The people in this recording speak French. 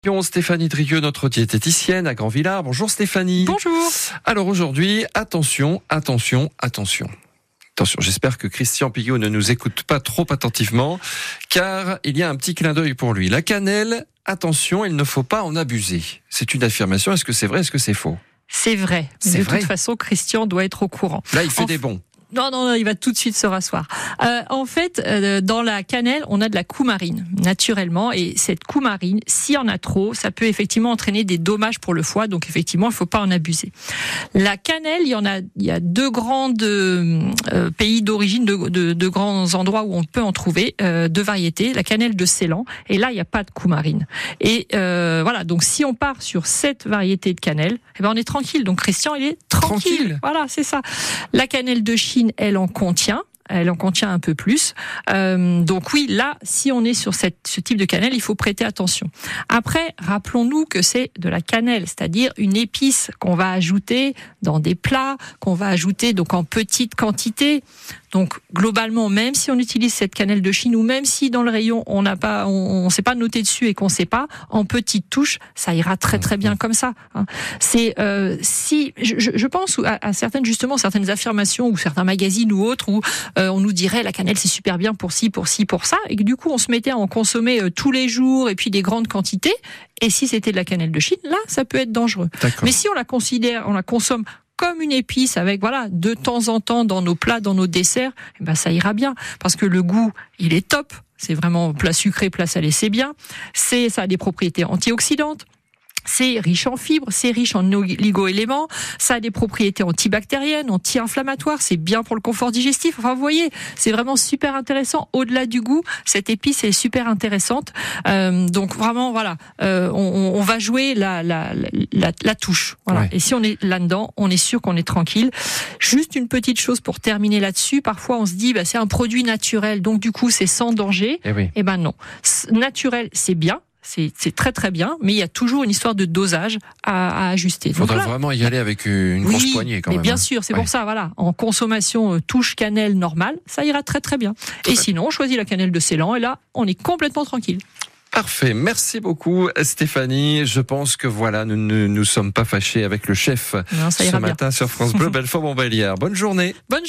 Stéphanie Drieux, notre diététicienne à Grand-Villard. Bonjour Stéphanie. Bonjour. Alors aujourd'hui, attention. J'espère que Christian Pillot ne nous écoute pas trop attentivement, car il y a un petit clin d'œil pour lui. La cannelle, attention, il ne faut pas en abuser. C'est une affirmation, est-ce que c'est vrai, est-ce que c'est faux ? C'est vrai. C'est de vrai. toute façon, Christian doit être au courant. Là, il fait des bons. Non, il va tout de suite se rasseoir. En fait, dans la cannelle, on a de la coumarine, naturellement, et cette coumarine, s'il y en a trop, ça peut effectivement entraîner des dommages pour le foie, donc effectivement, il ne faut pas en abuser. La cannelle, il y a deux grandes pays d'origine, de grands endroits où on peut en trouver, deux variétés, la cannelle de Ceylan, et là, il n'y a pas de coumarine. Et voilà, donc si on part sur cette variété de cannelle, eh ben on est tranquille. Donc Christian, il est tranquille. Voilà, c'est ça. La cannelle de Chine, elle en contient un peu plus. Donc oui, là, si on est sur ce type de cannelle, il faut prêter attention. Après, rappelons-nous que c'est de la cannelle, c'est-à-dire une épice qu'on va ajouter dans des plats, qu'on va ajouter donc en petite quantité. Donc globalement, même si on utilise cette cannelle de Chine ou même si dans le rayon on s'est pas noté dessus et qu'on ssait pas, en petites touches, ça ira très très bien comme ça. C'est si je pense à certaines affirmations ou certains magazines ou autres où on nous dirait la cannelle c'est super bien pour ci, pour ça, et que du coup on se mettait à en consommer tous les jours et puis des grandes quantités. Et si c'était de la cannelle de Chine, là ça peut être dangereux. D'accord. Mais si on la consomme comme une épice avec de temps en temps dans nos plats, dans nos desserts, eh ben ça ira bien parce que le goût, il est top. C'est vraiment plat sucré, plat salé, c'est bien. Ça a des propriétés antioxydantes. C'est riche en fibres, c'est riche en oligo-éléments, ça a des propriétés antibactériennes, anti-inflammatoires, c'est bien pour le confort digestif. Enfin, vous voyez, c'est vraiment super intéressant. Au-delà du goût, cette épice est super intéressante. Donc vraiment, voilà, on va jouer la touche. Voilà. Ouais. Et si on est là-dedans, on est sûr qu'on est tranquille. Juste une petite chose pour terminer là-dessus. Parfois, on se dit, c'est un produit naturel, donc du coup, c'est sans danger. Eh oui. Eh ben non, naturel, c'est bien. C'est très très bien, mais il y a toujours une histoire de dosage à ajuster. Il faudra vraiment y aller avec une grosse poignée quand même. Mais bien sûr, c'est pour ça, voilà. En consommation touche cannelle normale, ça ira très très bien. Et sinon, on choisit la cannelle de Ceylan et là, on est complètement tranquille. Parfait, merci beaucoup Stéphanie. Je pense que voilà, nous ne nous sommes pas fâchés avec le chef ce matin sur France Bleu Belfort-Montbéliard. Bonne journée. Bonne